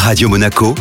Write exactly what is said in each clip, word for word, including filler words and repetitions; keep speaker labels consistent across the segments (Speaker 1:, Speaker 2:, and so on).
Speaker 1: Radio Monaco,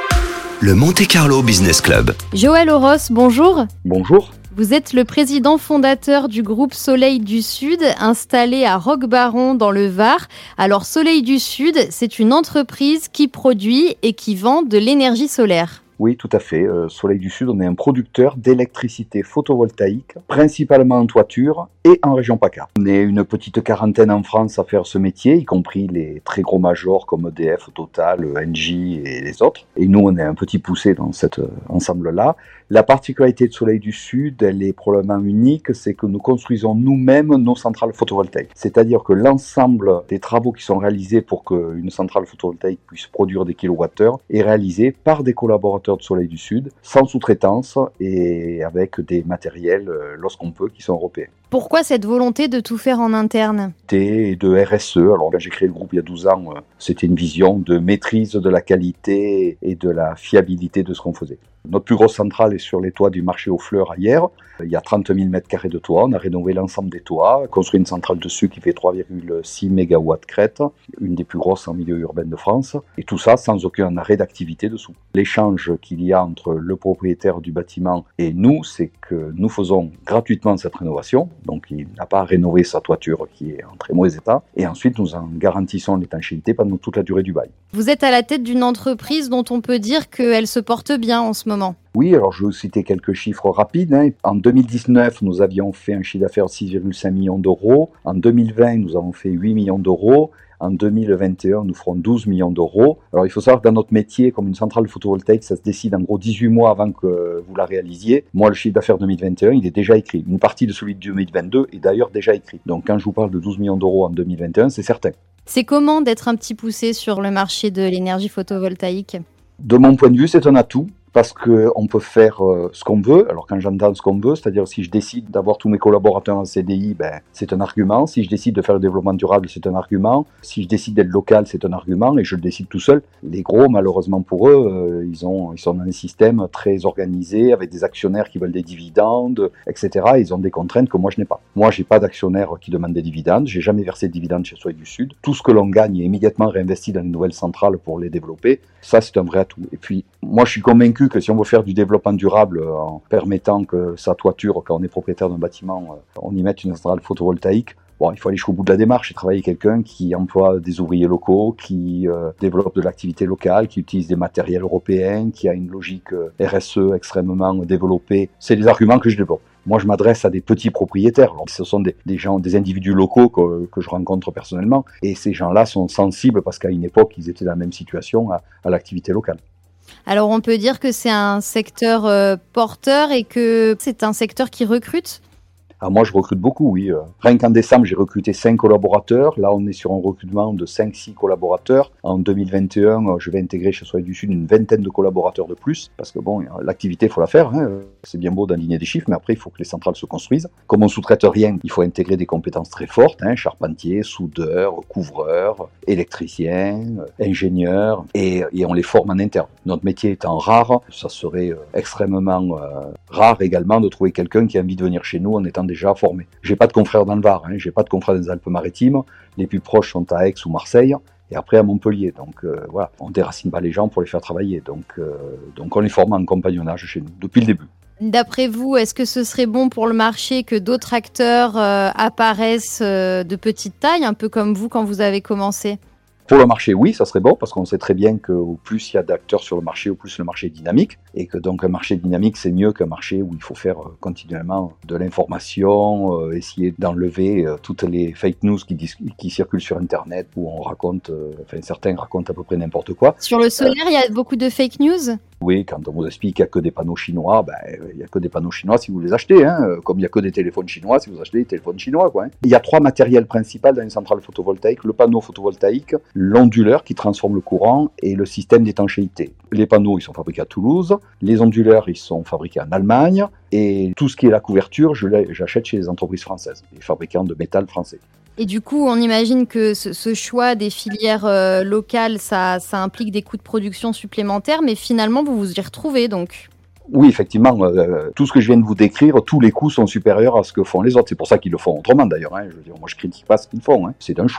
Speaker 1: le Monte Carlo Business Club.
Speaker 2: Joël Oros, bonjour.
Speaker 3: Bonjour.
Speaker 2: Vous êtes le président fondateur du groupe Soleil du Sud, installé à Roquebaron dans le Var. Alors Soleil du Sud, c'est une entreprise qui produit et qui vend de l'énergie solaire.
Speaker 3: Oui, tout à fait. Euh, Soleil du Sud, on est un producteur d'électricité photovoltaïque, principalement en toiture et en région PACA. On est une petite quarantaine en France à faire ce métier, y compris les très gros majors comme E D F, Total, Engie et les autres. Et nous, on est un petit poussé dans cet euh, ensemble-là. La particularité de Soleil du Sud, elle est probablement unique, c'est que nous construisons nous-mêmes nos centrales photovoltaïques. C'est-à-dire que l'ensemble des travaux qui sont réalisés pour qu'une centrale photovoltaïque puisse produire des kilowattheures est réalisé par des collaborateurs de Soleil du Sud, sans sous-traitance et avec des matériels, lorsqu'on peut, qui sont européens.
Speaker 2: Pourquoi cette volonté de tout faire en interne ?
Speaker 3: Et de R S E. Alors, quand j'ai créé le groupe il y a douze ans, c'était une vision de maîtrise de la qualité et de la fiabilité de ce qu'on faisait. Notre plus grosse centrale est sur les toits du marché aux fleurs à Hyères. Il y a trente mille mètres carrés de toit. On a rénové l'ensemble des toits, construit une centrale dessus qui fait trois virgule six mégawatts crête, une des plus grosses en milieu urbain de France. Et tout ça sans aucun arrêt d'activité dessous. L'échange qu'il y a entre le propriétaire du bâtiment et nous, c'est que nous faisons gratuitement cette rénovation. Donc il n'a pas à rénover sa toiture qui est en très mauvais état. Et ensuite, nous en garantissons l'étanchéité pendant toute la durée du bail.
Speaker 2: Vous êtes à la tête d'une entreprise dont on peut dire qu'elle se porte bien en ce moment.
Speaker 3: Oui, alors je vais vous citer quelques chiffres rapides. Hein. En deux mille dix-neuf, nous avions fait un chiffre d'affaires de six virgule cinq millions d'euros. En deux mille vingt, nous avons fait huit millions d'euros. En deux mille vingt et un, nous ferons douze millions d'euros. Alors il faut savoir que dans notre métier, comme une centrale photovoltaïque, ça se décide en gros dix-huit mois avant que vous la réalisiez. Moi, le chiffre d'affaires deux mille vingt et un, il est déjà écrit. Une partie de celui de deux mille vingt-deux est d'ailleurs déjà écrit. Donc quand je vous parle de douze millions d'euros en deux mille vingt et un, c'est certain.
Speaker 2: C'est comment d'être un petit poussé sur le marché de l'énergie photovoltaïque ?
Speaker 3: De mon point de vue, c'est un atout. Parce qu'on peut faire euh, ce qu'on veut. Alors quand j'entends ce qu'on veut, c'est-à-dire si je décide d'avoir tous mes collaborateurs en C D I, ben, c'est un argument. Si je décide de faire le développement durable, c'est un argument. Si je décide d'être local, c'est un argument. Et je le décide tout seul. Les gros, malheureusement pour eux, euh, ils, ont, ils sont dans un système très organisé, avec des actionnaires qui veulent des dividendes, et cetera. Ils ont des contraintes que moi je n'ai pas. Moi, j'ai pas d'actionnaires qui demandent des dividendes. J'ai jamais versé de dividendes chez Soleil du Sud. Tout ce que l'on gagne est immédiatement réinvesti dans une nouvelle centrale pour les développer. Ça, c'est un vrai atout. Et puis, moi, je suis convaincu que si on veut faire du développement durable en permettant que sa toiture, quand on est propriétaire d'un bâtiment, on y mette une centrale photovoltaïque, bon, il faut aller jusqu'au bout de la démarche et travailler avec quelqu'un qui emploie des ouvriers locaux, qui euh, développe de l'activité locale, qui utilise des matériels européens, qui a une logique euh, R S E extrêmement développée. C'est des arguments que je développe. Moi, je m'adresse à des petits propriétaires. Alors, ce sont des, des gens, des individus locaux que, que je rencontre personnellement. Et ces gens-là sont sensibles parce qu'à une époque, ils étaient dans la même situation à, à l'activité locale.
Speaker 2: Alors, on peut dire que c'est un secteur euh, porteur et que c'est un secteur qui recrute ?
Speaker 3: Alors moi, je recrute beaucoup, oui. Rien qu'en décembre, j'ai recruté cinq collaborateurs. Là, on est sur un recrutement de cinq six collaborateurs. En deux mille vingt et un, je vais intégrer chez Soleil du Sud une vingtaine de collaborateurs de plus. Parce que bon, l'activité, il faut la faire. Hein. C'est bien beau d'aligner des chiffres, mais après, il faut que les centrales se construisent. Comme on ne sous-traite rien, il faut intégrer des compétences très fortes. Hein. Charpentier, soudeur, couvreur, électricien, ingénieur. Et, et on les forme en interne. Notre métier étant rare, ça serait extrêmement euh, rare également de trouver quelqu'un qui a envie de venir chez nous en étant déjà formé. J'ai pas de confrères dans le Var, hein, j'ai pas de confrères dans les Alpes-Maritimes, les plus proches sont à Aix ou Marseille, et après à Montpellier. Donc euh, voilà, on déracine pas les gens pour les faire travailler. Donc, euh, donc on les forme en compagnonnage chez nous, depuis le début.
Speaker 2: D'après vous, est-ce que ce serait bon pour le marché que d'autres acteurs euh, apparaissent euh, de petite taille, un peu comme vous quand vous avez commencé ?
Speaker 3: Pour le marché, oui, ça serait bon, parce qu'on sait très bien qu'au plus il y a d'acteurs sur le marché, au plus le marché est dynamique, et que donc un marché dynamique, c'est mieux qu'un marché où il faut faire continuellement de l'information, euh, essayer d'enlever euh, toutes les fake news qui, dis- qui circulent sur Internet, où on raconte, euh, enfin certains racontent à peu près n'importe quoi.
Speaker 2: Sur le solaire, il euh, y a beaucoup de fake news ?
Speaker 3: Oui, quand on vous explique qu'il n'y a que des panneaux chinois, ben, il n'y a que des panneaux chinois si vous les achetez, hein, comme il n'y a que des téléphones chinois si vous achetez des téléphones chinois. Quoi, hein. Il y a trois matériels principaux dans une centrale photovoltaïque, le panneau photovoltaïque, l'onduleur qui transforme le courant et le système d'étanchéité. Les panneaux, ils sont fabriqués à Toulouse, les onduleurs, ils sont fabriqués en Allemagne, et tout ce qui est la couverture, je j'achète chez les entreprises françaises, les fabricants de métal français.
Speaker 2: Et du coup, on imagine que ce, ce choix des filières euh, locales, ça, ça implique des coûts de production supplémentaires, mais finalement, vous vous y retrouvez donc.
Speaker 3: Oui, effectivement, euh, tout ce que je viens de vous décrire, tous les coûts sont supérieurs à ce que font les autres. C'est pour ça qu'ils le font autrement d'ailleurs. Hein. Je veux dire, moi, je critique pas ce qu'ils font. Hein. C'est un choix.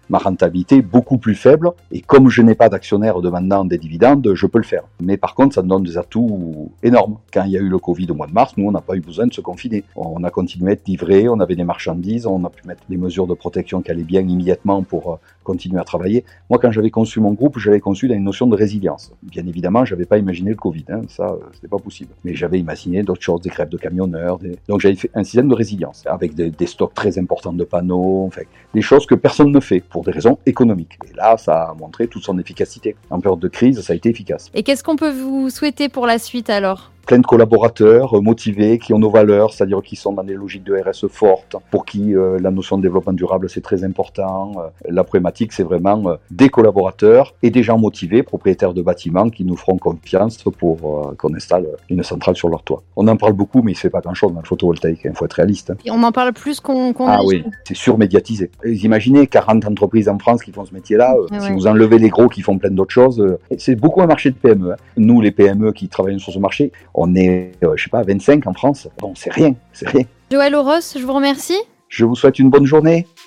Speaker 3: ma rentabilité est beaucoup plus faible. Et comme je n'ai pas d'actionnaire demandant des dividendes, je peux le faire. Mais par contre, ça me donne des atouts énormes. Quand il y a eu le Covid au mois de mars, nous, on n'a pas eu besoin de se confiner. On a continué à être livré, on avait des marchandises, on a pu mettre les mesures de protection qui allaient bien immédiatement pour continuer à travailler. Moi, quand j'avais conçu mon groupe, je l'avais conçu dans une notion de résilience. Bien évidemment, je n'avais pas imaginé le Covid, hein, ça, c'était pas possible. Mais j'avais imaginé d'autres choses, des grèves de camionneurs. Des... Donc j'avais fait un système de résilience, avec des, des stocks très importants de panneaux, enfin, des choses que personne ne fait, pour des raisons économiques. Et là, ça a montré toute son efficacité. En période de crise, ça a été efficace.
Speaker 2: Et qu'est-ce qu'on peut vous souhaiter pour la suite alors ?
Speaker 3: Plein de collaborateurs motivés, qui ont nos valeurs, c'est-à-dire qui sont dans des logiques de R S E fortes, pour qui euh, la notion de développement durable c'est très important. Euh, la problématique c'est vraiment euh, des collaborateurs et des gens motivés, propriétaires de bâtiments, qui nous feront confiance pour euh, qu'on installe une centrale sur leur toit. On en parle beaucoup, mais il ne se fait pas grand-chose dans le photovoltaïque, il faut être réaliste. Hein.
Speaker 2: Et on en parle plus qu'on, qu'on
Speaker 3: Ah
Speaker 2: imagine.
Speaker 3: oui, c'est surmédiatisé. Vous imaginez quarante entreprises en France qui font ce métier-là, euh,
Speaker 2: ouais,
Speaker 3: si
Speaker 2: ouais.
Speaker 3: vous enlevez les gros qui font plein d'autres choses, euh, c'est beaucoup un marché de P M E. Hein. Nous, les P M E qui travaillent sur ce marché, on est, euh, je sais pas, vingt-cinq en France. Bon, c'est rien, c'est rien.
Speaker 2: Joël Auros, je vous remercie.
Speaker 3: Je vous souhaite une bonne journée.